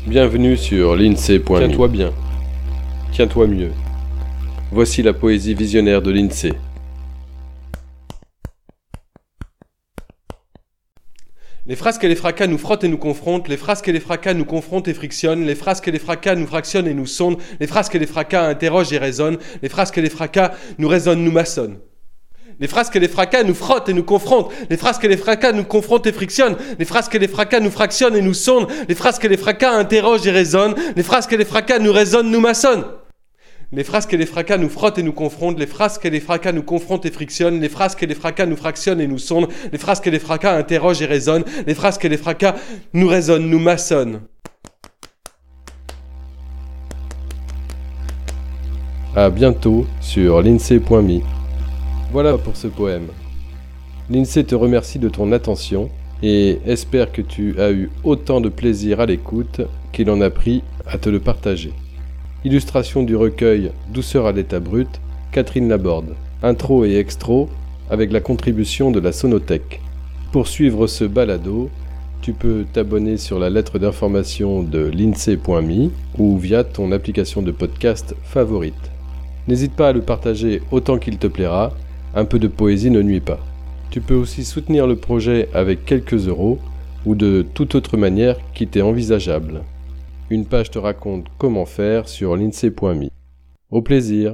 Bienvenue sur l'INSEE.me. Tiens-toi bien. Tiens-toi mieux. Voici la poésie visionnaire de l'INSEE. Les frasques et les fracas nous frottent et nous confrontent, les frasques et les fracas nous confrontent et frictionnent, les frasques et les fracas nous fractionnent et nous sondent, les frasques et les fracas interrogent et raisonnent, les frasques et les fracas nous raisonnent, nous maçonnent. Les frasques et les fracas nous frottent et nous confrontent, les frasques et les fracas nous confrontent et frictionnent, les frasques et les fracas nous fractionnent et nous sondent, les frasques et les fracas interrogent et raisonnent, les frasques et les fracas nous raisonnent, nous maçonnent. Les frasques et les fracas nous frottent et nous confrontent, les frasques et les fracas nous confrontent et frictionnent, les frasques et les fracas nous fractionnent et nous sondent, les frasques et les fracas interrogent et raisonnent, les frasques et les fracas nous raisonnent, nous maçonnent. À bientôt sur l'INSEE.me. Voilà pour ce poème. L'INSEE te remercie de ton attention et espère que tu as eu autant de plaisir à l'écoute qu'il en a pris à te le partager. Illustration du recueil Douceur à l'état brut, Catherine Laborde. Intro et extro avec la contribution de la Sonothèque. Pour suivre ce balado, tu peux t'abonner sur la lettre d'information de l'INSEE.me ou via ton application de podcast favorite. N'hésite pas à le partager autant qu'il te plaira, un peu de poésie ne nuit pas. Tu peux aussi soutenir le projet avec quelques euros ou de toute autre manière qui t'est envisageable. Une page te raconte comment faire sur l'INSEE.me. Au plaisir!